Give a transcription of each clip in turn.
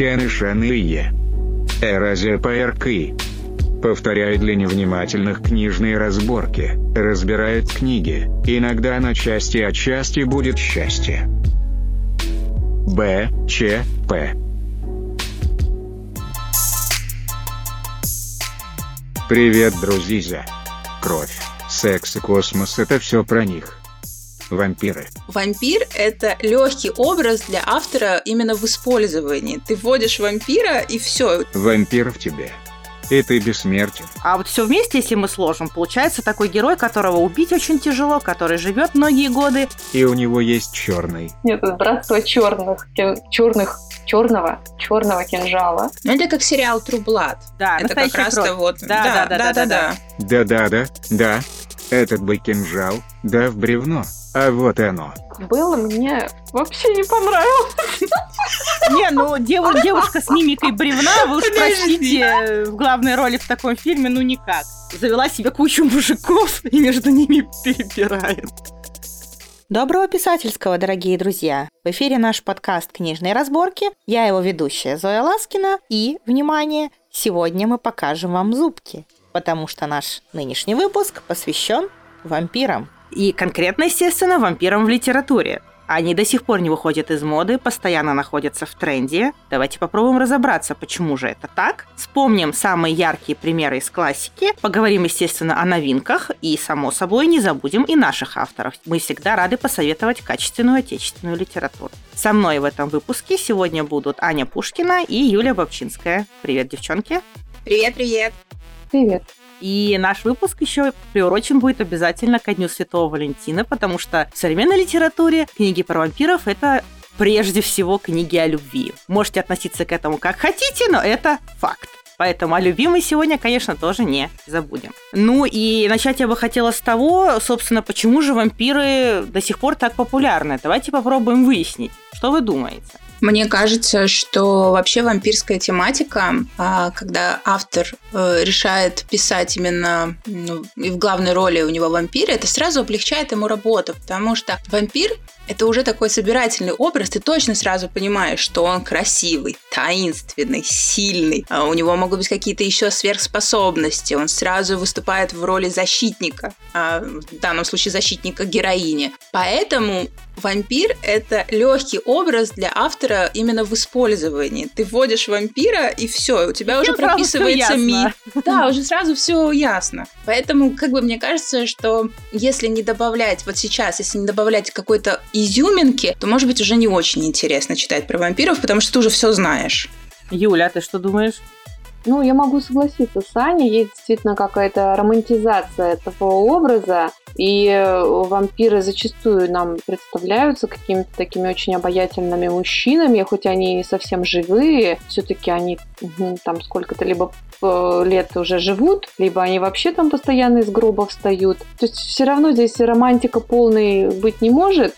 Кенышаные. Эразия ПРК. Повторяет для невнимательных книжные разборки, разбирает книги, иногда на части, а части будет счастье. БЧП. Привет, друзья. Кровь, секс и космос — это все про них. Вампиры. Вампир – это легкий образ для автора именно в использовании. Ты вводишь вампира, и все. Вампир в тебе. И ты бессмертен. А вот все вместе, если мы сложим, получается такой герой, которого убить очень тяжело, который живет многие годы. И у него есть черный. Нет, это братство черного кинжала. Ну, это как сериал True Blood. Да, это как раз-то вот. Да. Да. Этот бы кинжал, да в бревно. А вот оно. Было мне вообще не понравилось. Не, ну девушка с мимикой бревна, вы уж простите, в главной роли в таком фильме, ну никак. Завела себе кучу мужиков и между ними перебирает. Доброго писательского, дорогие друзья! В эфире наш подкаст «Книжные разборки». Я его ведущая Зоя Ласкина. И, внимание, сегодня мы покажем вам зубки, потому что наш нынешний выпуск посвящен вампирам. И конкретно, естественно, вампирам в литературе. Они до сих пор не выходят из моды, постоянно находятся в тренде. Давайте попробуем разобраться, почему же это так. Вспомним самые яркие примеры из классики. Поговорим, естественно, о новинках. И, само собой, не забудем и наших авторов. Мы всегда рады посоветовать качественную отечественную литературу. Со мной в этом выпуске сегодня будут Аня Пушкина и Юлия Бобчинская. Привет, девчонки. Привет. Привет. И наш выпуск еще приурочен будет обязательно ко Дню Святого Валентина, потому что в современной литературе книги про вампиров – это прежде всего книги о любви. Можете относиться к этому как хотите, но это факт. Поэтому о любви мы сегодня, конечно, тоже не забудем. Ну и начать я бы хотела с того, собственно, почему же вампиры до сих пор так популярны. Давайте попробуем выяснить, что вы думаете. Мне кажется, что вообще вампирская тематика, когда автор решает писать именно и в главной роли у него вампира, это сразу облегчает ему работу, потому что вампир – это уже такой собирательный образ, ты точно сразу понимаешь, что он красивый, таинственный, сильный, у него могут быть какие-то еще сверхспособности, он сразу выступает в роли защитника, в данном случае защитника героини. Поэтому вампир – это легкий образ для автора именно в использовании. Ты вводишь вампира, и все, у тебя уже прописывается миф. Да, уже сразу все ясно. Поэтому, мне кажется, что если не добавлять если не добавлять какой-то изюминки, то, может быть, уже не очень интересно читать про вампиров, потому что ты уже все знаешь. Юля, а ты что думаешь? Я могу согласиться с Аней, есть действительно какая-то романтизация этого образа, и вампиры зачастую нам представляются какими-то такими очень обаятельными мужчинами, хоть они и не совсем живые, все-таки они там сколько-то либо лет уже живут, либо они вообще там постоянно из гроба встают. То есть все равно здесь романтика полной быть не может,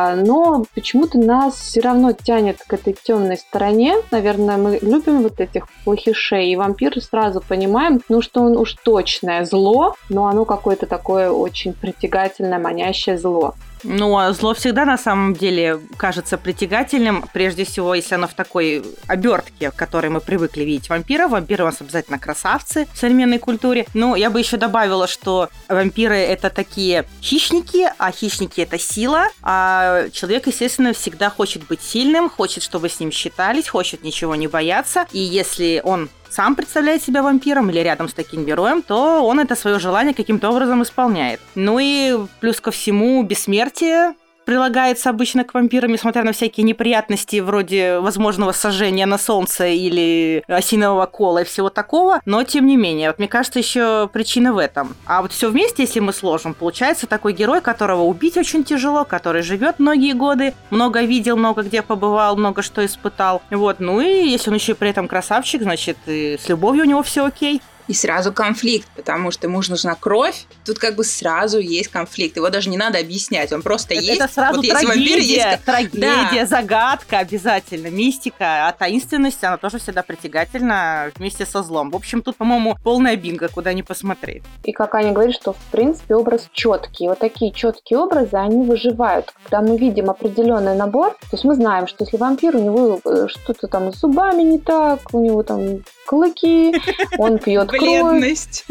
но почему-то нас все равно тянет к этой темной стороне. Наверное, мы любим вот этих плохишей, и вампиры сразу понимаем, что он уж точное зло, но оно какое-то такое очень притягательное, манящее зло. А зло всегда на самом деле кажется притягательным, прежде всего, если оно в такой обертке, в которой мы привыкли видеть вампиров. Вампиры у нас обязательно красавцы в современной культуре. Я бы еще добавила, что вампиры – это такие хищники, а хищники – это сила, а человек, естественно, всегда хочет быть сильным, хочет, чтобы с ним считались, хочет ничего не бояться, и если он сам представляет себя вампиром или рядом с таким героем, то он это свое желание каким-то образом исполняет. И плюс ко всему бессмертие прилагается обычно к вампирам, несмотря на всякие неприятности вроде возможного сожжения на солнце или осинового кола и всего такого, но тем не менее, мне кажется, еще причина в этом. А вот все вместе, если мы сложим, получается такой герой, которого убить очень тяжело, который живет многие годы, много видел, много где побывал, много что испытал. И если он еще при этом красавчик, значит, и с любовью у него все окей. И сразу конфликт, потому что ему же нужна кровь. Тут как бы сразу есть конфликт. Его даже не надо объяснять, он просто есть. Это сразу вот трагедия, загадка обязательно, мистика. А таинственность, она тоже всегда притягательна вместе со злом. В общем, тут, по-моему, полная бинго, куда ни посмотреть. И как Аня говорит, что, в принципе, образ четкий. Вот такие четкие образы, они выживают. Когда мы видим определенный набор, то есть мы знаем, что если вампир, у него что-то там с зубами не так, у него там клыки, он пьет кровь,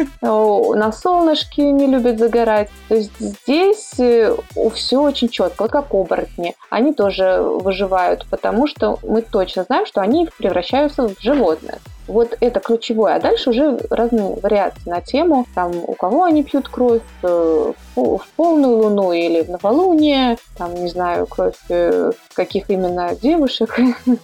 на солнышке не любит загорать. То есть здесь все очень четко. Вот как оборотни. Они тоже выживают, потому что мы точно знаем, что они превращаются в животных. Вот это ключевое. А дальше уже разные вариации на тему, там, у кого они пьют кровь в полную луну или в новолуние, там, не знаю, кровь каких именно девушек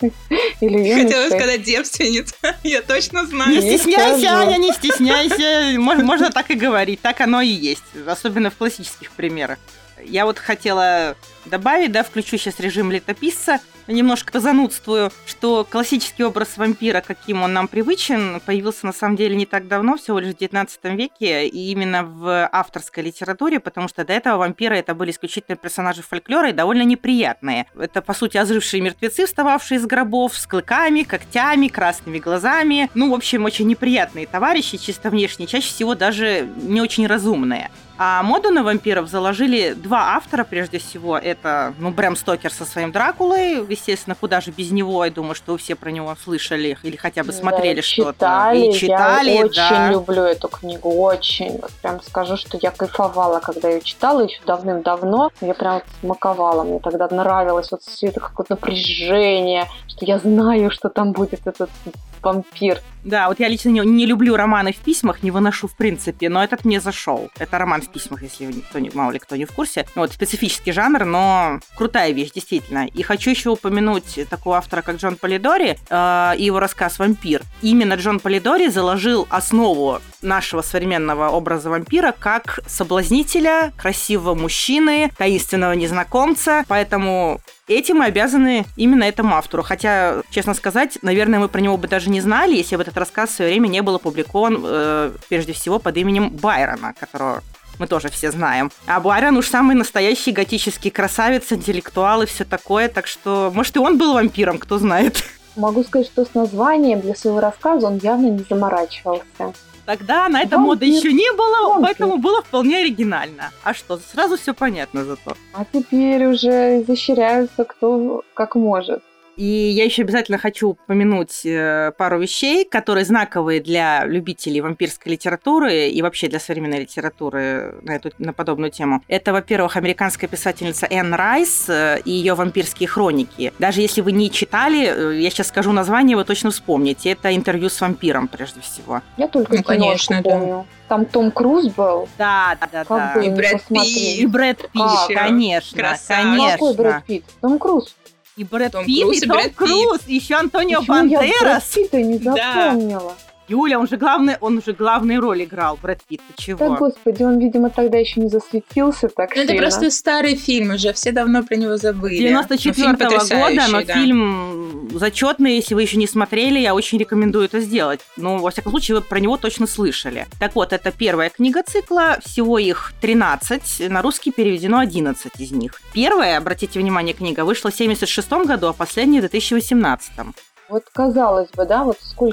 или юношей. Хотела сказать девственниц, я точно знаю. Не стесняйся, Аня, не стесняйся. Можно так и говорить, так оно и есть, особенно в классических примерах. Я вот хотела добавить, включу сейчас режим летописца, немножко позанудствую, что классический образ вампира, каким он нам привычен, появился на самом деле не так давно, всего лишь в 19 веке, и именно в авторской литературе, потому что до этого вампиры это были исключительно персонажи фольклора и довольно неприятные. Это, по сути, ожившие мертвецы, встававшие из гробов, с клыками, когтями, красными глазами. В общем, очень неприятные товарищи, чисто внешне, чаще всего даже не очень разумные. А моду на вампиров заложили два автора, прежде всего. Это, Брэм Стокер со своим Дракулой. Естественно, куда же без него. Я думаю, что вы все про него слышали или хотя бы смотрели что-то. И читали. Я очень люблю эту книгу, очень. Вот прям скажу, что я кайфовала, когда ее читала еще давным-давно. Я прям смаковала. Мне тогда нравилось вот все это какое-то напряжение, что я знаю, что там будет этот вампир. Да, вот я лично не люблю романы в письмах, не выношу в принципе, но этот мне зашел. Это роман в письмах, если мало ли кто не в курсе. Вот специфический жанр, но крутая вещь, действительно. И хочу еще упомянуть такого автора, как Джон Полидори и его рассказ «Вампир». Именно Джон Полидори заложил основу нашего современного образа вампира как соблазнителя, красивого мужчины, таинственного незнакомца. Поэтому этим мы обязаны именно этому автору. Хотя, честно сказать, наверное, мы про него бы даже не знали, если бы этот рассказ в свое время не был опубликован, прежде всего, под именем Байрона, которого мы тоже все знаем. А Байрон уж самый настоящий готический красавец, интеллектуал и все такое, так что, может, и он был вампиром, кто знает. Могу сказать, что с названием для своего рассказа он явно не заморачивался. Тогда на это моды еще не было, поэтому было вполне оригинально. А что, сразу все понятно зато. А теперь уже изощряются кто как может. И я еще обязательно хочу упомянуть пару вещей, которые знаковые для любителей вампирской литературы и вообще для современной литературы на подобную тему. Это, во-первых, американская писательница Энн Райс и ее «Вампирские хроники». Даже если вы не читали, я сейчас скажу название, вы точно вспомните. Это «Интервью с вампиром», прежде всего. Я только киношку помню. Там Том Круз был. Да. И Брэд Питт. И Брэд Питт, конечно. Какой Брэд Питт? Том Круз. И Брэд Питт, и Том Круз, и еще Антонио Бандерас. Я Брэд Питта не запомнила. Юля, он же главную роль играл, Брэд Питт, ты чего? Да, господи, он, видимо, тогда еще не засветился так сильно. Это просто старый фильм уже, все давно про него забыли. 94-го года, но фильм зачетный, если вы еще не смотрели, я очень рекомендую это сделать. Во всяком случае, вы про него точно слышали. Так вот, это первая книга цикла, всего их 13, на русский переведено 11 из них. Первая, обратите внимание, книга вышла в 1976 году, а последняя в 2018. Вот казалось бы, да,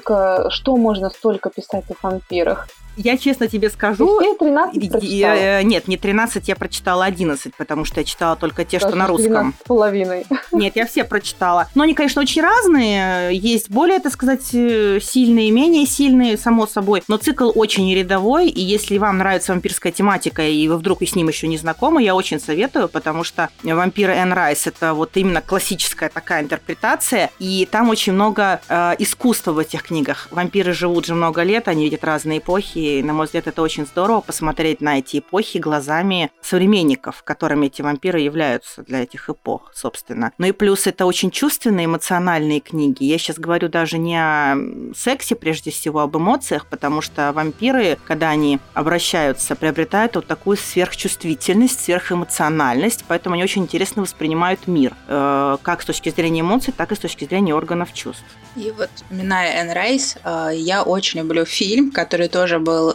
что можно столько писать о вампирах? Я честно тебе скажу... Ты 13 прочитала? Нет, не 13, я прочитала 11, потому что я читала только те, что на русском. 12,5. Нет, я все прочитала. Но они, конечно, очень разные. Есть более, так сказать, сильные, менее сильные, само собой. Но цикл очень рядовой, и если вам нравится вампирская тематика, и вы вдруг и с ним еще не знакомы, я очень советую, потому что «Вампиры Энн Райс» — это вот именно классическая такая интерпретация, и там очень много искусства в этих книгах. Вампиры живут же много лет, они видят разные эпохи, И, на мой взгляд, это очень здорово посмотреть на эти эпохи глазами современников, которыми эти вампиры являются для этих эпох, собственно. Ну и плюс это очень чувственные, эмоциональные книги. Я сейчас говорю даже не о сексе, прежде всего, об эмоциях, потому что вампиры, когда они обращаются, приобретают вот такую сверхчувствительность, сверхэмоциональность, поэтому они очень интересно воспринимают мир, как с точки зрения эмоций, так и с точки зрения органов чувств. И вот, вспоминая Энн Райс, я очень люблю фильм, который тоже был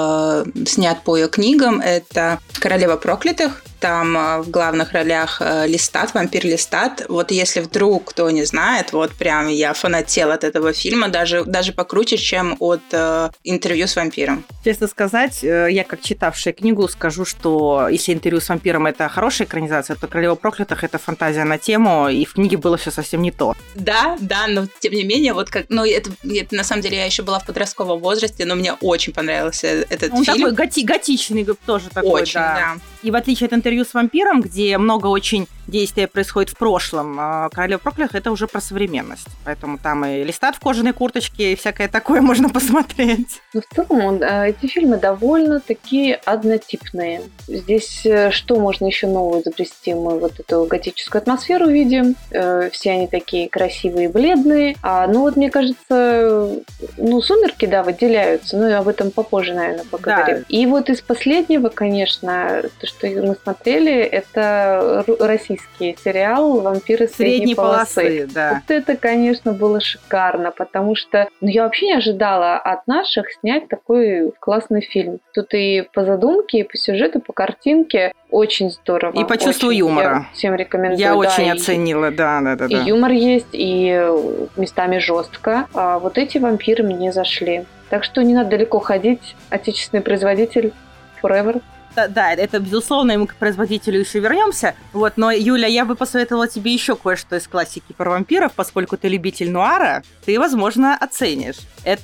снят по ее книгам. Это «Королева проклятых». Там в главных ролях Лестат, вампир Лестат. Вот если вдруг кто не знает, вот прям я фанатела от этого фильма, даже покруче, чем от интервью с вампиром. Честно сказать, я как читавшая книгу скажу, что если интервью с вампиром это хорошая экранизация, то «Королева проклятых» это фантазия на тему, и в книге было все совсем не то. Да, но тем не менее, вот как, ну это на самом деле я еще была в подростковом возрасте, но мне очень понравился этот фильм. Он такой готичный тоже такой, очень, да. И в отличие от интервью с вампиром, где много очень действия происходит в прошлом, «Королева проклятых» это уже про современность. Поэтому там и Лестат в кожаной курточке, и всякое такое можно посмотреть. Но в целом эти фильмы довольно такие однотипные. Здесь что можно еще нового изобрести? Мы вот эту готическую атмосферу видим. Все они такие красивые и бледные. Ну вот мне кажется, «Сумерки», да, выделяются. Но об этом попозже, наверное, поговорим. Да. И вот из последнего, конечно, то, что мы смотрели, это российский сериал «Вампиры средней полосы». Да. Вот это, конечно, было шикарно, потому что я вообще не ожидала от наших снять такой классный фильм. Тут и по задумке, и по сюжету, по картинке очень здорово. И по чувству юмора. Я всем рекомендую. Я очень оценила, да. И юмор есть, и местами жестко. А вот эти вампиры мне зашли. Так что не надо далеко ходить. Отечественный производитель Forever. Да, это безусловно, и мы к производителю еще вернемся. Вот, но, Юля, я бы посоветовала тебе еще кое-что из классики про вампиров, поскольку ты любитель нуара, ты, возможно, оценишь.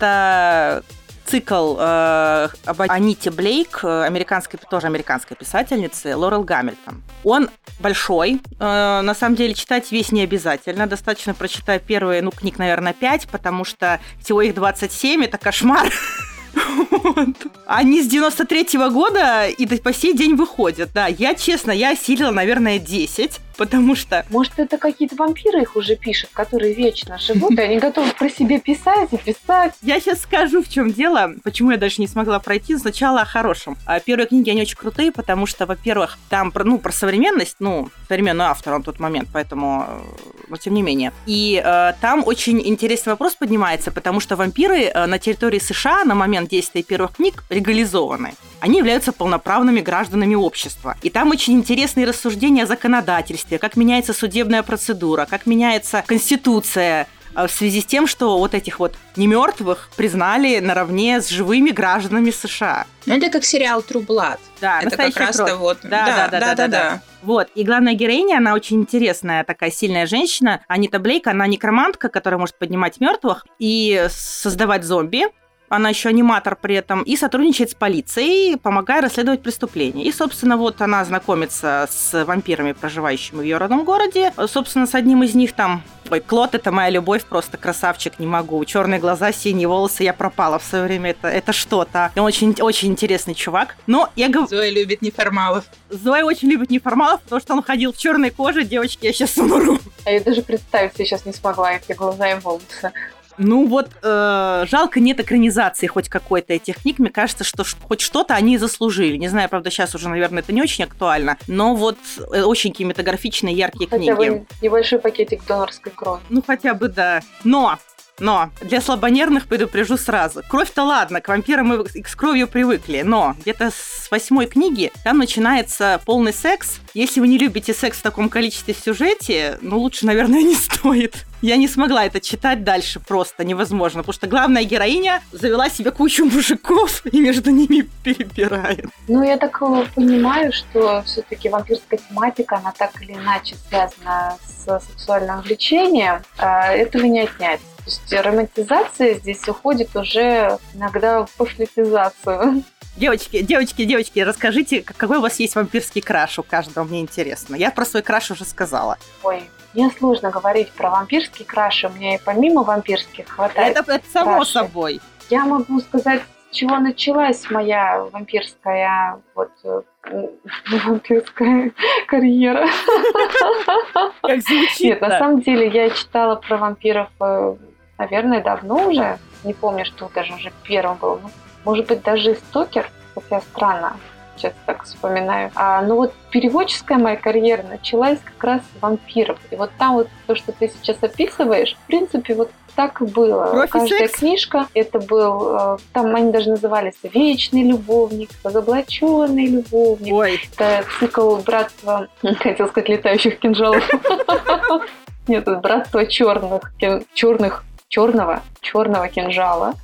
Это цикл об Аните Блейк, тоже американской писательницы, Лорел Гамильтон. Он большой, на самом деле читать весь не обязательно, достаточно прочитать первые, книг, наверное, 5, потому что всего их 27, это кошмар. Вот. Они с 93-го года и по сей день выходят. Да, я осилила, наверное, 10, потому что... Может, это какие-то вампиры их уже пишут, которые вечно живут, и они готовы про себя писать и писать. Я сейчас скажу, в чем дело, почему я даже не смогла пройти. Сначала о хорошем. Первые книги, они очень крутые, потому что, во-первых, там про современность, современный автор на тот момент, поэтому, но тем не менее. И там очень интересный вопрос поднимается, потому что вампиры на территории США на момент действия первых книг легализованы. Они являются полноправными гражданами общества. И там очень интересные рассуждения о законодательстве, как меняется судебная процедура, как меняется конституция в связи с тем, что вот этих вот немертвых признали наравне с живыми гражданами США. Это как сериал True Blood. Да, это как раз-то вот. Да. Вот, и главная героиня, она очень интересная, такая сильная женщина. Анита Блейк, она некромантка, которая может поднимать мертвых и создавать зомби. Она еще аниматор при этом, и сотрудничает с полицией, помогая расследовать преступления. И, собственно, вот она знакомится с вампирами, проживающими в ее родном городе. Собственно, с одним из них там... Клод — это моя любовь, просто красавчик, не могу. Черные глаза, синие волосы, я пропала в свое время. Это что-то. Он очень интересный чувак. Но я говорю... Зоя любит неформалов. Зоя очень любит неформалов, потому что он ходил в черной коже. Девочки, я сейчас умру. А я даже представить себе сейчас не смогла эти глаза и волосы. Жалко, нет экранизации хоть какой-то этих книг. Мне кажется, что хоть что-то они заслужили. Не знаю, правда, сейчас уже, наверное, это не очень актуально, но вот очень кинематографичные, яркие книги. Хотя бы небольшой пакетик донорской крови. Хотя бы, да. Но для слабонервных предупрежу сразу. Кровь-то ладно, к вампирам мы с кровью привыкли, но где-то с 8 книги там начинается полный секс. Если вы не любите секс в таком количестве в сюжете, лучше, наверное, не стоит. Я не смогла это читать дальше, просто невозможно, потому что главная героиня завела себе кучу мужиков и между ними перебирает. Я так понимаю, что все-таки вампирская тематика, она так или иначе связана с сексуальным влечением. Этого не отнять. То есть романтизация здесь уходит уже иногда в пошлифизацию. Девочки, расскажите, какой у вас есть вампирский краш у каждого, мне интересно. Я про свой краш уже сказала. Ой, мне сложно говорить про вампирские краши, у меня и помимо вампирских хватает Это само собой. Я могу сказать чего началась моя вампирская карьера. Как звучит. Нет, на самом деле я читала про вампиров, наверное, давно уже. Не помню, что даже уже первым был. Может быть, даже «Стокер», хотя странно. Сейчас так вспоминаю. Но вот переводческая моя карьера началась как раз с вампиров. И вот там вот то, что ты сейчас описываешь, в принципе, вот так и было. Профи Каждая секс? книжка, это был, там они даже назывались «Вечный любовник», «Разоблаченный любовник». Ой, Это цикл «Братства», хотел сказать, летающих кинжалов. Нет, это «Братство черного кинжала».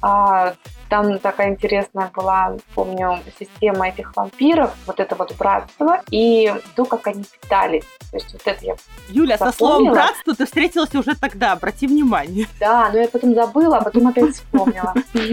Там такая интересная была, помню, система этих вампиров, вот это вот братство, и то, как они питались. То есть вот это я Юля, со запомнила. словом «братство» ты встретилась уже тогда, обрати внимание. Да, но я потом забыла, а потом опять вспомнила.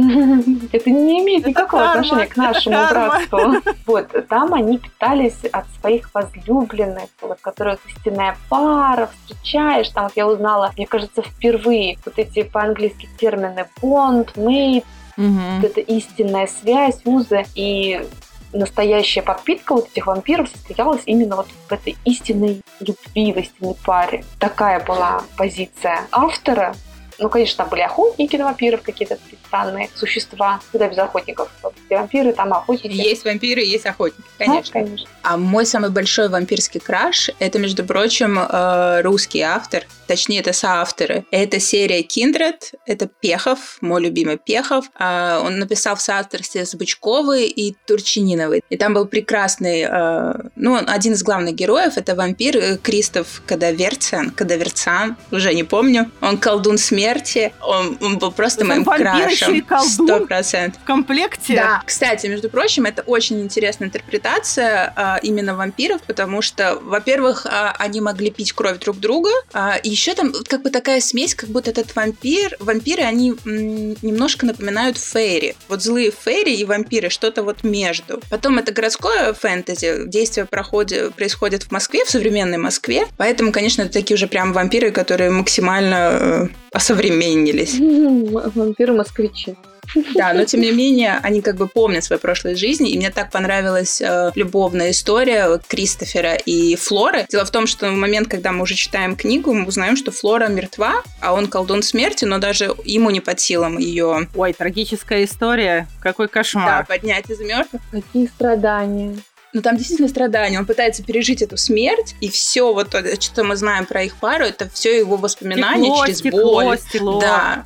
Это не имеет никакого отношения к нашему братству. Вот, там они питались от своих возлюбленных, вот, которых истинная пара, встречаешь. Там вот я узнала, мне кажется, впервые вот эти по-английски термины «bond», «mate», вот эта истинная связь, узы, и настоящая подпитка вот этих вампиров состоялась именно вот в этой истинной любви, в истинной паре. Такая была позиция автора. Ну, конечно, там были охотники на вампиров, какие-то странные существа. Куда без охотников? Где вампиры, там охотники. Есть вампиры, есть охотники, конечно. Да, конечно. А мой самый большой вампирский краш — это, между прочим, русский автор. Точнее, это соавторы. Это серия Kindred, это Пехов, мой любимый Пехов. Он написал в соавторстве с Бычковой и Турчининовой. И там был прекрасный, один из главных героев, это вампир Кристоф Кадаверцан, уже не помню. Он колдун смерти, он был просто моим крашем. 100%. В комплекте? Да. Кстати, между прочим, это очень интересная интерпретация именно вампиров, потому что, во-первых, они могли пить кровь друг друга, и еще там как бы такая смесь, как будто этот вампиры, они немножко напоминают фейри. Вот злые фейри и вампиры, что-то вот между. Потом это городское фэнтези, действие происходит в Москве, в современной Москве, поэтому, конечно, это такие уже прям вампиры, которые максимально осовременились. Вампиры-москвичи. Да, но тем не менее, они как бы помнят свои прошлые жизни, и мне так понравилась любовная история Кристофера и Флоры. Дело в том, что в момент, когда мы уже читаем книгу, мы узнаем, что Флора мертва, а он колдун смерти, но даже ему не под силам ее... Ой, трагическая история, какой кошмар. Да, поднять из мертвых. Какие страдания. Но там действительно страдания. Он пытается пережить эту смерть, и все вот то, что мы знаем про их пару, это все его воспоминания через боль. Стекло.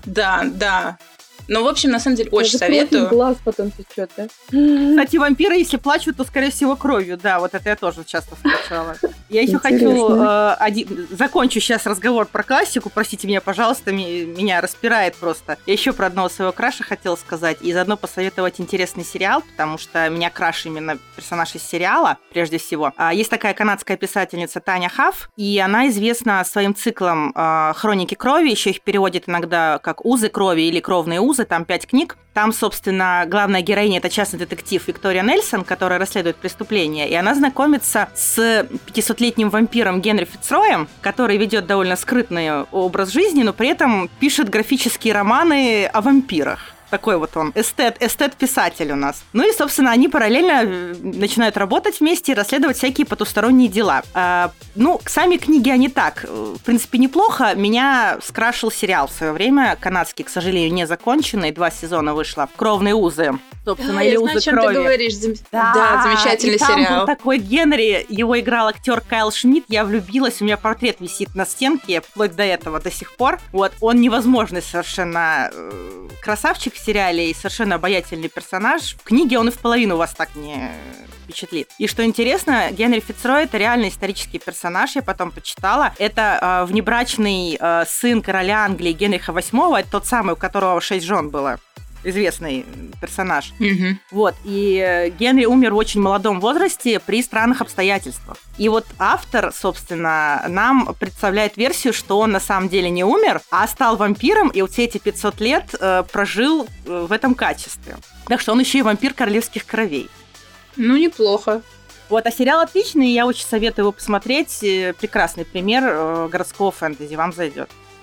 Да. Ну, в общем, на самом деле, очень советую. Глаз потом течет, да? Кстати, вампиры, если плачут, то, скорее всего, кровью. Да, вот это я тоже часто встречала. Я еще хочу... Закончу сейчас разговор про классику. Простите меня, пожалуйста, меня распирает просто. Я еще про одного своего краша хотела сказать. И заодно посоветовать интересный сериал, потому что меня краш именно персонаж из сериала, прежде всего. Есть такая канадская писательница Таня Хафф, и она известна своим циклом «Хроники крови». Еще их переводят иногда как «Узы крови» или «Кровные узы». Там 5 книг. Там, собственно, главная героиня – это частный детектив Виктория Нельсон, которая расследует преступления. И она знакомится с 500-летним вампиром Генри Фицроем, который ведет довольно скрытный образ жизни, но при этом пишет графические романы о вампирах. Такой вот он, эстет-писатель у нас. Ну и, собственно, они параллельно начинают работать вместе и расследовать всякие потусторонние дела. Сами книги, они так, в принципе, неплохо. Меня скрашил сериал в свое время, канадский, к сожалению, не законченный. 2 сезона вышло. «Кровные узы». Собственно, или «Узы крови». О чем ты говоришь. Да, замечательный и там сериал. Был такой Генри, его играл актер Кайл Шмидт. Я влюбилась, у меня портрет висит на стенке, вплоть до этого, до сих пор. Вот, он невозможный совершенно красавчик в сериале и совершенно обаятельный персонаж. В книге он и в половину вас так не впечатлит. И что интересно, Генри Фицрой — это реально исторический персонаж, я потом почитала. Это внебрачный сын короля Англии Генриха VIII, это тот самый, у которого 6 жен было. Известный персонаж. Mm-hmm. Вот. И Генри умер в очень молодом возрасте при странных обстоятельствах. И вот автор, собственно, нам представляет версию, что он на самом деле не умер, а стал вампиром, и вот все эти 500 лет прожил в этом качестве. Так что он еще и вампир королевских кровей. Ну, неплохо. Вот, а сериал отличный, я очень советую его посмотреть. Прекрасный пример городского фэнтези, вам зайдет.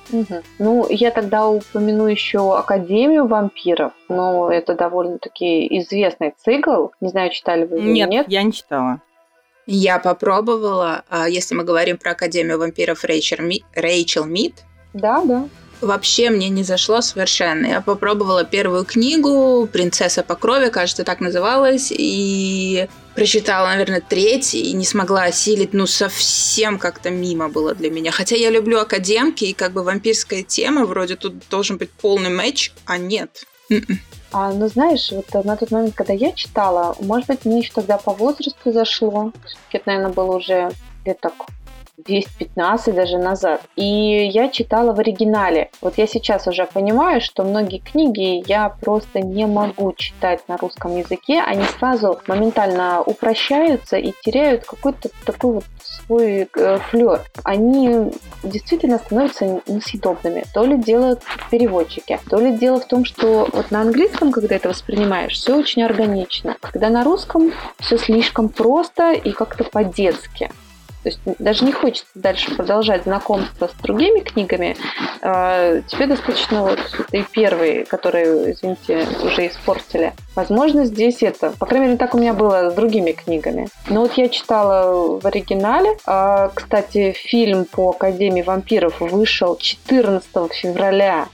Угу. Ну, я тогда упомяну еще «Академию вампиров», но это довольно-таки известный цикл. Не знаю, читали вы его или нет. Нет, я не читала. Я попробовала, если мы говорим про Академию вампиров Рэйчел Мид. Да. Вообще мне не зашло совершенно. Я попробовала первую книгу «Принцесса по крови», кажется, так называлась, и прочитала, наверное, третью, и не смогла осилить, совсем как-то мимо было для меня. Хотя я люблю академки, и как бы вампирская тема, вроде тут должен быть полный матч, а нет. Ну, знаешь, вот на тот момент, когда я читала, может быть, мне еще тогда по возрасту зашло. Это, наверное, было уже лет так 10-15 даже назад. И я читала в оригинале. Вот я сейчас уже понимаю, что многие книги я просто не могу читать на русском языке. Они сразу моментально упрощаются и теряют какой-то такой вот свой флёр. Они действительно становятся несъедобными. То ли дело переводчики, то ли дело в том, что вот на английском, когда это воспринимаешь, все очень органично. Когда на русском все слишком просто и как-то по-детски. То есть даже не хочется дальше продолжать знакомство с другими книгами. Тебе достаточно вот этой первой, которую, извините, уже испортили. Возможно, здесь это. По крайней мере, так у меня было с другими книгами. Но вот я читала в оригинале. Кстати, фильм по Академии вампиров вышел 14 февраля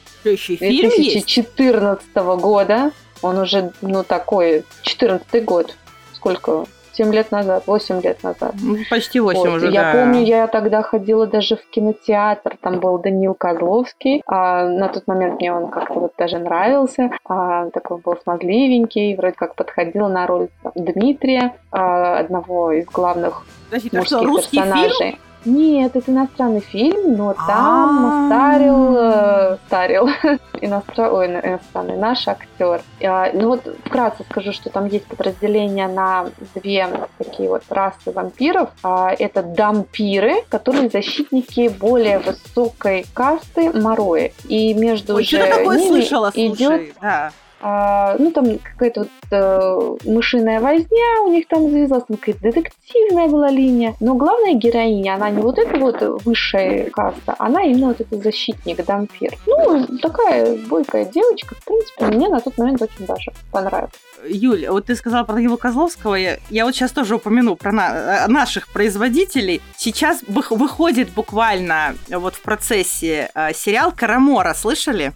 2014 года. Он уже, такой, 14-й год. Сколько? 7 лет назад, 8 лет назад. Почти 8 уже, Я помню, я тогда ходила даже в кинотеатр, там был Даниил Козловский, на тот момент мне он как-то вот даже нравился, такой был смазливенький, вроде как подходил на роль Дмитрия, одного из главных мужских персонажей. Фильм? Нет, это иностранный фильм, но там старил иностранный наш актер. Вот вкратце скажу, что там есть подразделение на две такие вот расы вампиров. Это дампиры, которые защитники более высокой касты Морои. И между ними идет... там какая-то вот мышиная возня у них там завязалась, какая-то детективная была линия. Но главная героиня, она не вот эта вот высшая каста, она именно вот этот защитник, дампир. Такая бойкая девочка, в принципе, мне на тот момент очень даже понравилась. Юль, вот ты сказала про Данила Козловского, я вот сейчас тоже упомяну про наших производителей. Сейчас выходит буквально вот в процессе сериал «Карамора», слышали?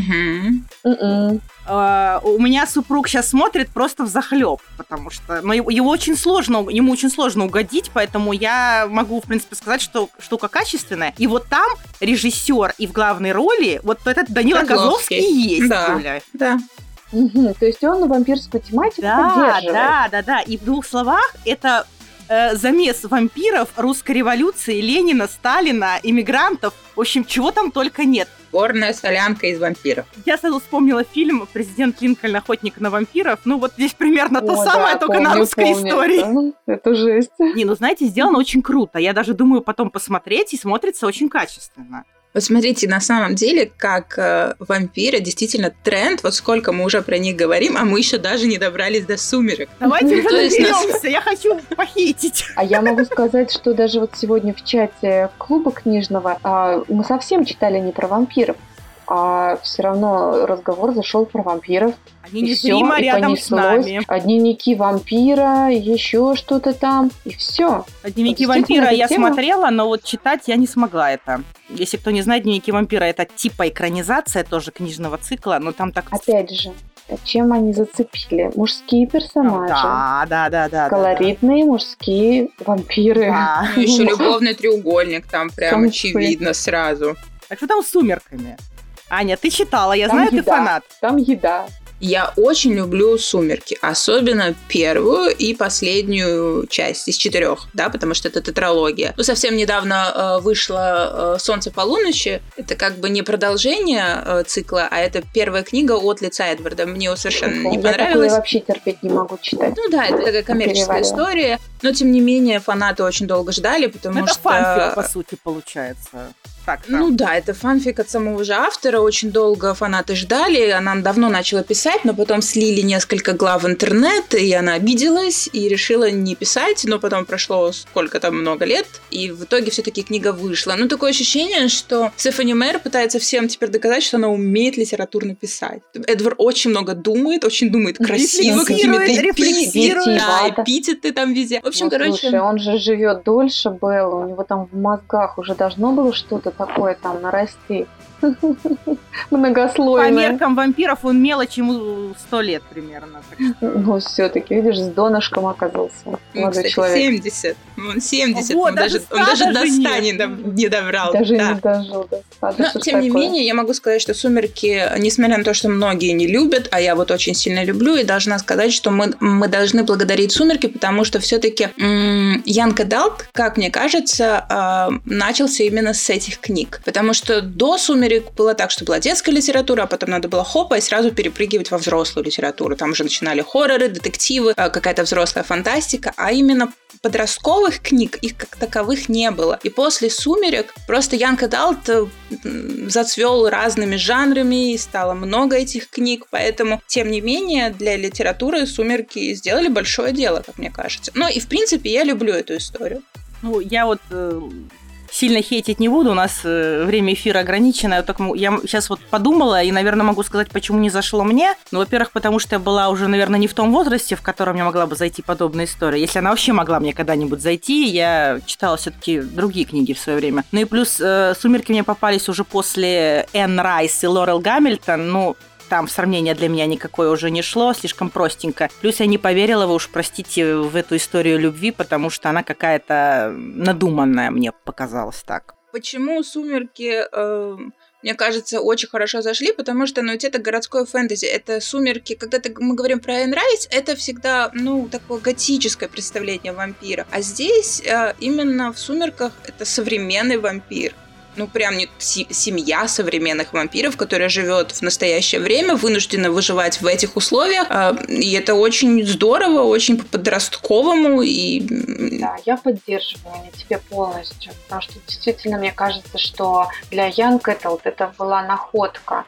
Угу. У меня супруг сейчас смотрит просто взахлеб, потому что ему очень сложно угодить, поэтому я могу, в принципе, сказать, что штука качественная. И вот там режиссер и в главной роли вот этот Данила Козловский есть. Да. То есть он вампирскую тематику поддерживает. Да. И в двух словах это замес вампиров, русской революции, Ленина, Сталина, иммигрантов. В общем, чего там только нет. Горная солянка из вампиров. Я сразу вспомнила фильм «Президент Линкольн. Охотник на вампиров». Вот здесь примерно то самое, только на русской истории. Это жесть. Знаете, сделано очень круто. Я даже думаю потом посмотреть, и смотрится очень качественно. Вот смотрите, на самом деле, как вампиры, действительно тренд, вот сколько мы уже про них говорим, а мы еще даже не добрались до «Сумерек». Давайте уже доберемся, я хочу похитить. А я могу сказать, что даже вот сегодня в чате клуба книжного мы совсем читали не про вампиров, а все равно разговор зашел про вампиров. Они незримо рядом с нами. Дневники вампира, еще что-то там, и все. Дневники вампира я смотрела, но вот читать я не смогла это. Если кто не знает, Дневники вампира — это типа экранизация тоже книжного цикла, но там так... Опять же, чем они зацепили? Мужские персонажи. Да. Колоритные мужские вампиры. Да. Еще любовный треугольник там прям очевидно сразу. Так что там с «Сумерками»? Аня, ты читала, я знаю, ты фанат. Там еда. Я очень люблю «Сумерки», особенно первую и последнюю часть из 4, да, потому что это тетралогия. Совсем недавно вышло «Солнце полуночи». Это как бы не продолжение цикла, а это первая книга от лица Эдварда. Мне совершенно не понравилось. Я такое вообще терпеть не могу читать. Да, это такая коммерческая история, но тем не менее фанаты очень долго ждали, потому что... Это фанфик, по сути, получается. так. Ну да, это фанфик от самого же автора. Очень долго фанаты ждали. Она давно начала писать, но потом слили несколько глав в интернет, и она обиделась и решила не писать. Но потом прошло сколько там, много лет, и в итоге все-таки книга вышла. Ну, такое ощущение, что Стефани Мейер пытается всем теперь доказать, что она умеет литературно писать. Эдвард очень много думает, очень думает красиво, какими-то эпитеты там везде. В общем, Слушай, он же живет дольше, Белла, у него там в мозгах уже должно было что-то такое там нарасти. Многослойное. По меркам вампиров он мелочь, ему 100 лет примерно. Ну, все-таки, видишь, с донышком оказался молодой человек. 70. Он 70. Вот, он даже до 100 не добрал. Даже не дожил до 100. Но, тем не менее, я могу сказать, что «Сумерки», несмотря на то, что многие не любят, а я вот очень сильно люблю, и должна сказать, что мы должны благодарить «Сумерки», потому что все-таки Young Adult, как мне кажется, начался именно с этих книг. Потому что до «Сумерек» было так, что была детская литература, а потом надо было хопа и сразу перепрыгивать во взрослую литературу. Там уже начинали хорроры, детективы, какая-то взрослая фантастика, а именно подростковых книг их как таковых не было. И после «Сумерек» просто Young Adult зацвел разными жанрами, и стало много этих книг, поэтому, тем не менее, для литературы «Сумерки» сделали большое дело, как мне кажется. Ну и, в принципе, я люблю эту историю. Ну, я вот сильно хейтить не буду, у нас время эфира ограничено. Я сейчас вот подумала и, наверное, могу сказать, почему не зашло мне. Ну, во-первых, потому что я была уже, наверное, не в том возрасте, в котором я могла бы зайти подобная история. Если она вообще могла мне когда-нибудь зайти, я читала все-таки другие книги в свое время. Ну и плюс «Сумерки» мне попались уже после Энн Райс и Лорел Гамильтон. Ну, там сравнение для меня никакое уже не шло, слишком простенько. Плюс я не поверила, вы уж простите, в эту историю любви, потому что она какая-то надуманная, мне показалось так. Почему «Сумерки», мне кажется, очень хорошо зашли? Потому что, ну, это городское фэнтези, это «Сумерки». Когда мы говорим про Энн Райс, это всегда, ну, такое готическое представление вампира. А здесь именно в «Сумерках» это современный вампир. Ну, прям не семья современных вампиров, которая живет в настоящее время, вынуждена выживать в этих условиях. И это очень здорово, очень по-подростковому. Да, я поддерживаю тебя полностью, потому что действительно мне кажется, что для Young Adult это была находка.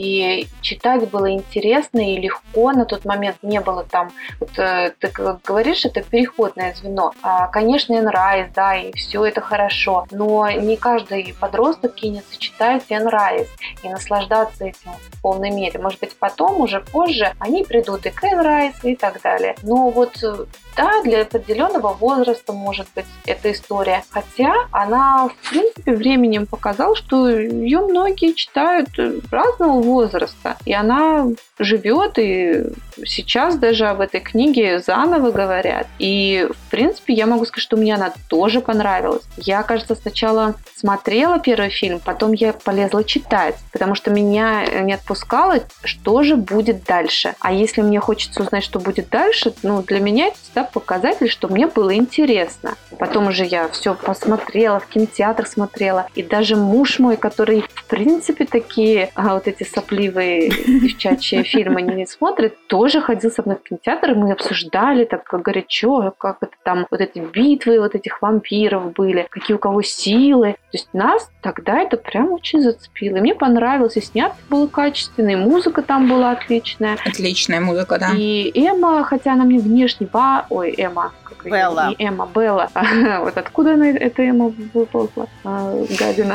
И читать было интересно и легко. На тот момент не было там, вот, ты говоришь, это переходное звено. Конечно, Энн Райс, да, и все это хорошо, но не каждый подросток кинется читать Энн Райс и наслаждаться этим в полной мере. Может быть, потом, уже позже, они придут и к Энн Райс и так далее. Но вот, да, для определенного возраста может быть эта история. Хотя она, в принципе, временем показала, что ее многие читают разного возраста. И она живет, и сейчас даже об этой книге заново говорят. И, в принципе, я могу сказать, что мне она тоже понравилась. Я, кажется, сначала смотрела первый фильм, потом я полезла читать, потому что меня не отпускало, что же будет дальше. А если мне хочется узнать, что будет дальше, ну, для меня это всегда показатель, что мне было интересно. Потом уже я все посмотрела, в кинотеатр смотрела, и даже муж мой, который, в принципе, такие вот эти сопливые девчачьи фильмы не смотрит, тоже ходил со мной в кинотеатр, и мы обсуждали так как горячо, как это там, вот эти битвы вот этих вампиров были, какие у кого силы. То есть нас тогда это прям очень зацепило. И мне понравилось, и снято было качественно, и музыка там была отличная. Отличная музыка, да. И Эмма, хотя она мне внешне... Эмма. Белла. Не Эмма, Белла. Вот откуда она, эта Эмма выползла? Гадина.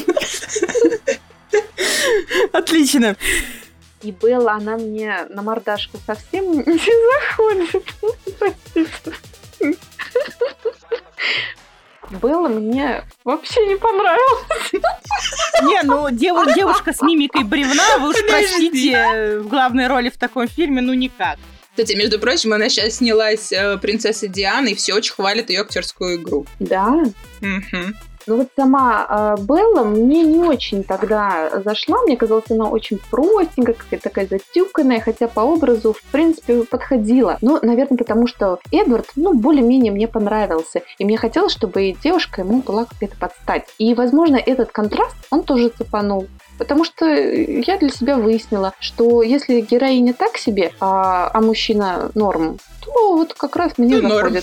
Отлично. И Белла, она мне на мордашку совсем не заходит. Простите. Белла мне вообще не понравилась. Не, ну девушка с мимикой бревна, вы уж простите, в главной роли в таком фильме, ну никак. Кстати, между прочим, она сейчас снялась принцессой Дианой, и все очень хвалят ее актерскую игру. Да? Угу. Ну вот сама Белла мне не очень тогда зашла. Мне казалось, она очень простенькая, какая-то такая затюканная, хотя по образу, в принципе, подходила. Ну, наверное, потому что Эдвард, более-менее мне понравился. И мне хотелось, чтобы и девушка ему была какая-то подстать. И, возможно, этот контраст, он тоже цепанул. Потому что я для себя выяснила, что если героиня так себе, а мужчина норм, то вот как раз мне заходит.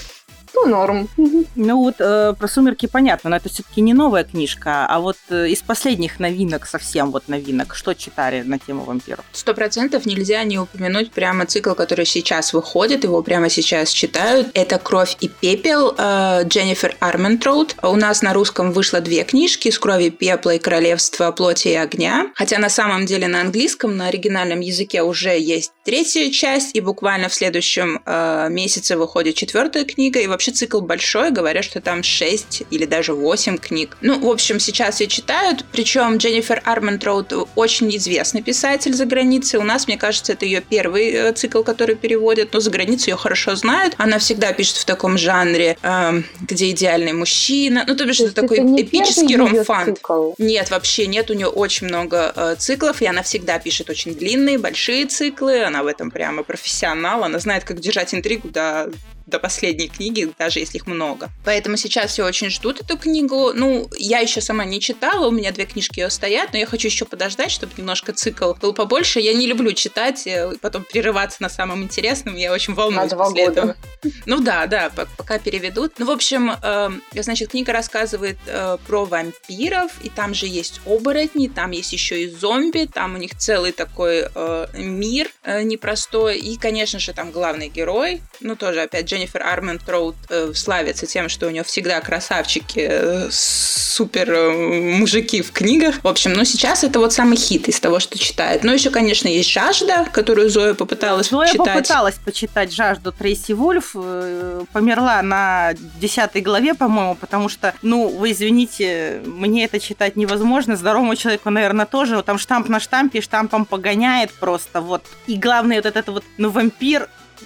то норм. Ну вот про «Сумерки» понятно, но это все-таки не новая книжка, а вот из последних новинок, совсем вот новинок, что читали на тему вампиров? 100% нельзя не упомянуть прямо цикл, который сейчас выходит, его прямо сейчас читают. Это «Кровь и пепел» Дженнифер Арментроуд. У нас на русском вышло 2 книжки «Из крови и пепла» и «Королевство плоти и огня». Хотя на самом деле на английском, на оригинальном языке уже есть 3-я часть, и буквально в следующем месяце выходит 4-я книга, и вообще цикл большой, говорят, что там 6 или даже 8 книг. Ну, в общем, сейчас ее читают, причем Дженнифер Арментроуд очень известный писатель за границей. У нас, мне кажется, это ее первый цикл, который переводят, но за границей ее хорошо знают. Она всегда пишет в таком жанре, где идеальный мужчина. Ну, то бишь, это такой эпический ром-фан. Нет, вообще нет, у нее очень много циклов, и она всегда пишет очень длинные, большие циклы. Она в этом прямо профессионал. Она знает, как держать интригу до последней книги, даже если их много. Поэтому сейчас все очень ждут эту книгу. Ну, я еще сама не читала, у меня 2 книжки ее стоят, но я хочу еще подождать, чтобы немножко цикл был побольше. Я не люблю читать, потом прерываться на самом интересном, я очень волнуюсь после этого. Ну да, пока переведут. Ну, в общем, значит, книга рассказывает про вампиров, и там же есть оборотни, там есть еще и зомби, там у них целый такой мир непростой, и, конечно же, там главный герой, ну, тоже, опять, Дженнифер Арментроуд славится тем, что у нее всегда красавчики, супер мужики в книгах. В общем, ну, сейчас это вот самый хит из того, что читает. Ну, еще, конечно, есть «Жажда», которую Зоя попыталась читать. Зоя попыталась почитать «Жажду» Трейси Вульф, померла на 10 главе, по-моему, потому что, ну, вы извините, мне это читать невозможно, здоровому человеку, наверное, тоже. Там штамп на штампе, штампом погоняет просто, вот. И главное, вот это вот, ну, вампир,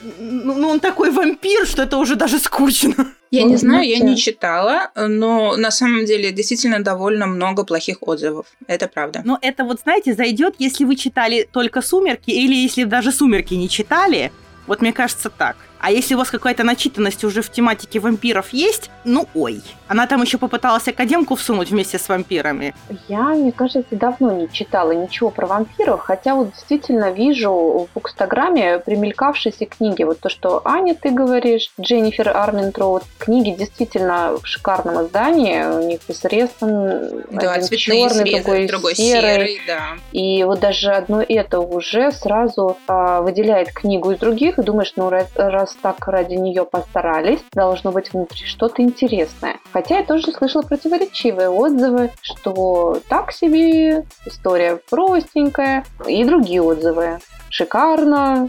ну, он такой вампир, что это уже даже скучно. Я не знаю, я не читала, но на самом деле действительно довольно много плохих отзывов. Это правда. Но это вот, знаете, зайдет, если вы читали только «Сумерки» или если даже «Сумерки» не читали. Вот мне кажется так. А если у вас какая-то начитанность уже в тематике вампиров есть, ну ой. Она там еще попыталась академку всунуть вместе с вампирами. Я, мне кажется, давно не читала ничего про вампиров, хотя вот действительно вижу в Букстаграме примелькавшиеся книги. Вот то, что, Аня, ты говоришь, Дженнифер Арментроуд. Книги действительно в шикарном издании. У них без резан, да, один черный, другой серый. Да. И вот даже одно это уже сразу выделяет книгу из других, и думаешь, ну раз так ради нее постарались, должно быть внутри что-то интересное. Хотя я тоже слышала противоречивые отзывы, что так себе, история простенькая, и другие отзывы. Шикарно,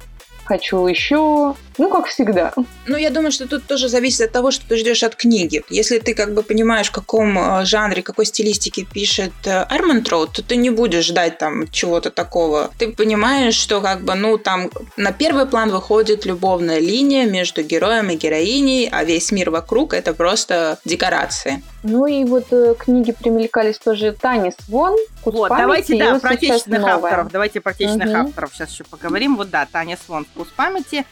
хочу еще. Ну, как всегда. Ну, я думаю, что тут тоже зависит от того, что ты ждешь от книги. Если ты как бы понимаешь, в каком жанре, какой стилистике пишет Арментроуд, то ты не будешь ждать там чего-то такого. Ты понимаешь, что как бы, ну, там на первый план выходит любовная линия между героем и героиней, а весь мир вокруг — это просто декорации. Ну и вот книги примелькались тоже Тани Свон. Вот, давайте, да, про отечественных авторов. Давайте про отечественных авторов сейчас еще поговорим. Вот, да, Таня Свон, «Вкус памяти».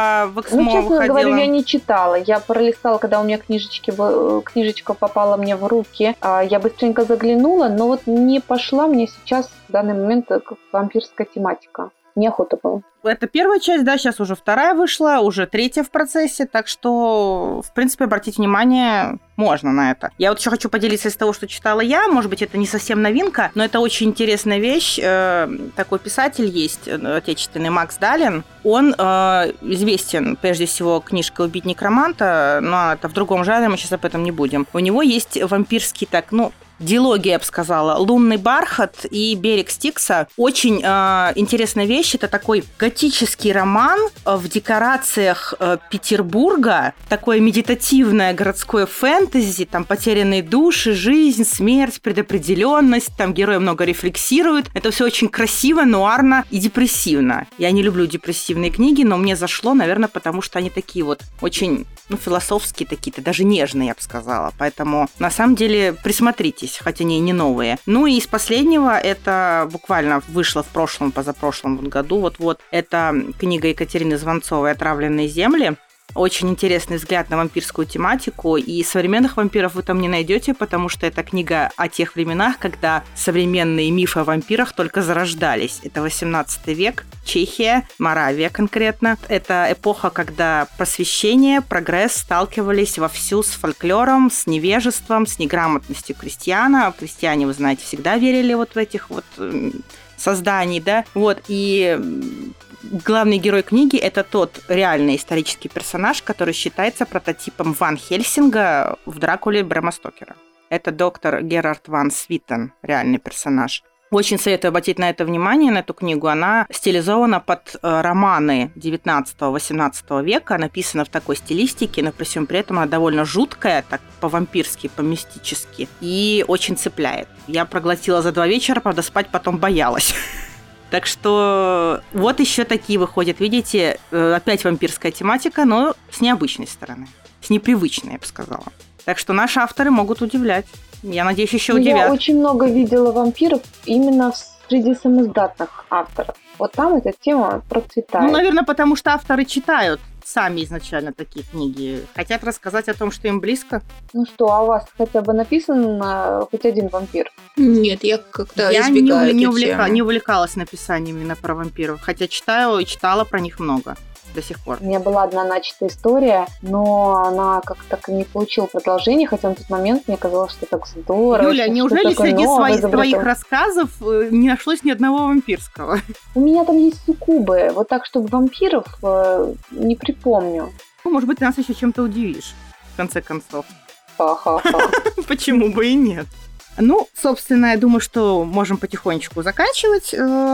В Эксмо честно выходила. говоря, я не читала. Я пролистала, когда у меня книжечка попала мне в руки. Я быстренько заглянула, но вот не пошла мне сейчас в данный момент вампирская тематика. Неохота было. Это первая часть, да, сейчас уже 2 вышла, уже 3 в процессе, так что, в принципе, обратить внимание можно на это. Я вот еще хочу поделиться из того, что читала я, может быть, это не совсем новинка, но это очень интересная вещь. Такой писатель есть, отечественный, Макс Далин. Он известен, прежде всего, книжкой «Убить некроманта», но это в другом жанре, мы сейчас об этом не будем. У него есть вампирский, дилогия, я бы сказала, «Лунный бархат» и «Берег Стикса». Очень интересная вещь. Это такой готический роман в декорациях Петербурга. Такое медитативное городское фэнтези. Там потерянные души, жизнь, смерть, предопределенность. Там герои много рефлексируют. Это все очень красиво, нуарно и депрессивно. Я не люблю депрессивные книги, но мне зашло, наверное, потому что они такие вот очень, философские такие-то, даже нежные, я бы сказала. Поэтому, на самом деле, присмотритесь, хотя они и не новые. Ну и из последнего, это буквально вышло в позапрошлом году, вот-вот, это книга Екатерины Звонцовой «Отравленные земли». Очень интересный взгляд на вампирскую тематику, и современных вампиров вы там не найдете, потому что это книга о тех временах, когда современные мифы о вампирах только зарождались. Это 18 век, Чехия, Моравия конкретно. Это эпоха, когда просвещение, прогресс сталкивались вовсю с фольклором, с невежеством, с неграмотностью крестьяна. Крестьяне, вы знаете, всегда верили вот в этих вот созданий, да? Вот, и главный герой книги – это тот реальный исторический персонаж, который считается прототипом Ван Хельсинга в «Дракуле» Брэма Стокера. Это доктор Герард ван Свитен, реальный персонаж. Очень советую обратить на это внимание, на эту книгу. Она стилизована под романы 19-18 века, написана в такой стилистике, но при всем при этом она довольно жуткая, так по-вампирски, по-мистически, и очень цепляет. Я проглотила за 2 вечера, правда, спать потом боялась. Так что вот еще такие выходят, видите, опять вампирская тематика, но с необычной стороны, с непривычной, я бы сказала. Так что наши авторы могут удивлять. Я надеюсь, еще удивят. Я очень много видела вампиров именно среди самоиздатных авторов. Вот там эта тема процветает. Ну, наверное, потому что авторы читают сами изначально такие книги. Хотят рассказать о том, что им близко. Ну что, а у вас хотя бы написан хоть один вампир? Нет, я как-то избегаю эту тему. Не увлекалась написанием именно про вампиров. Хотя читаю и читала про них много до сих пор. У меня была одна начатая история, но она как-то так и не получила продолжения, хотя на тот момент мне казалось, что так здорово. Юля, неужели среди твоих рассказов не нашлось ни одного вампирского? У меня там есть суккубы, вот так, чтобы вампиров не припомню. Ну, может быть, ты нас еще чем-то удивишь, в конце концов. Ха-ха-ха. Почему бы и нет? Ну, собственно, я думаю, что можем потихонечку заканчивать.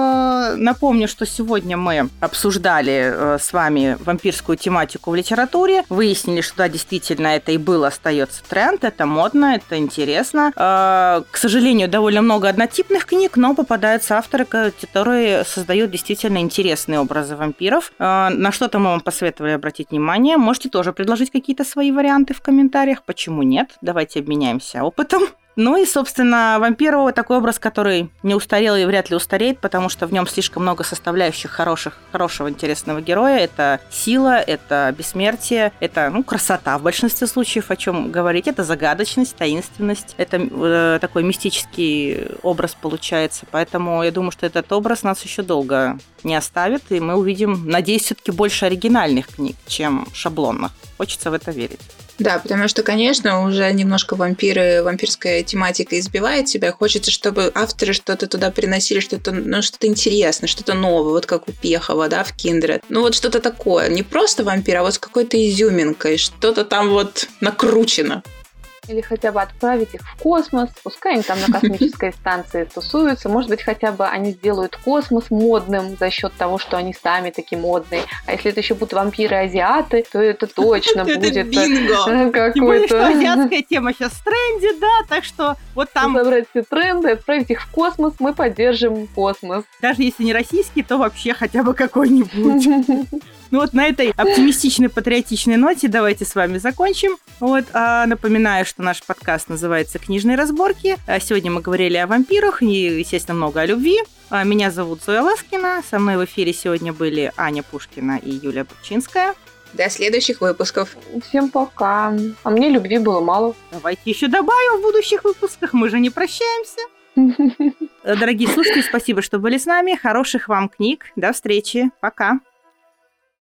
Напомню, что сегодня мы обсуждали с вами вампирскую тематику в литературе. Выяснили, что да, действительно, это и был, остается тренд, это модно, это интересно. К сожалению, довольно много однотипных книг, но попадаются авторы, которые создают действительно интересные образы вампиров. На что-то мы вам посоветовали обратить внимание. Можете тоже предложить какие-то свои варианты в комментариях. Почему нет? Давайте обменяемся опытом. Ну и, собственно, «Вампиру» такой образ, который не устарел и вряд ли устареет, потому что в нем слишком много составляющих хорошего, интересного героя. Это сила, это бессмертие, это красота в большинстве случаев, о чем говорить. Это загадочность, таинственность. Это такой мистический образ получается. Поэтому я думаю, что этот образ нас еще долго не оставит, и мы увидим, надеюсь, все-таки больше оригинальных книг, чем шаблонных. Хочется в это верить. Да, потому что, конечно, уже немножко вампирская тематика избивает себя. Хочется, чтобы авторы что-то туда приносили, что-то интересное, что-то новое, вот как у Пехова, да, в Kindred. Ну вот что-то такое. Не просто вампир, а вот с какой-то изюминкой. Что-то там вот накручено. Или хотя бы отправить их в космос, пускай они там на космической станции тусуются. Может быть, хотя бы они сделают космос модным за счет того, что они сами такие модные. А если это еще будут вампиры-азиаты, то это точно будет какой-то... Тем более, что азиатская тема сейчас в тренде, да, так что вот там... Собрать все тренды, отправить их в космос, мы поддержим космос. Даже если не российский, то вообще хотя бы какой-нибудь. Ну вот на этой оптимистичной, патриотичной ноте давайте с вами закончим. Вот, напоминаю, что наш подкаст называется «Книжные разборки». Сегодня мы говорили о вампирах и, естественно, много о любви. Меня зовут Зоя Ласкина. Со мной в эфире сегодня были Аня Пушкина и Юлия Бурчинская. До следующих выпусков. Всем пока. А мне любви было мало. Давайте еще добавим в будущих выпусках. Мы же не прощаемся. Дорогие слушатели, спасибо, что были с нами. Хороших вам книг. До встречи. Пока.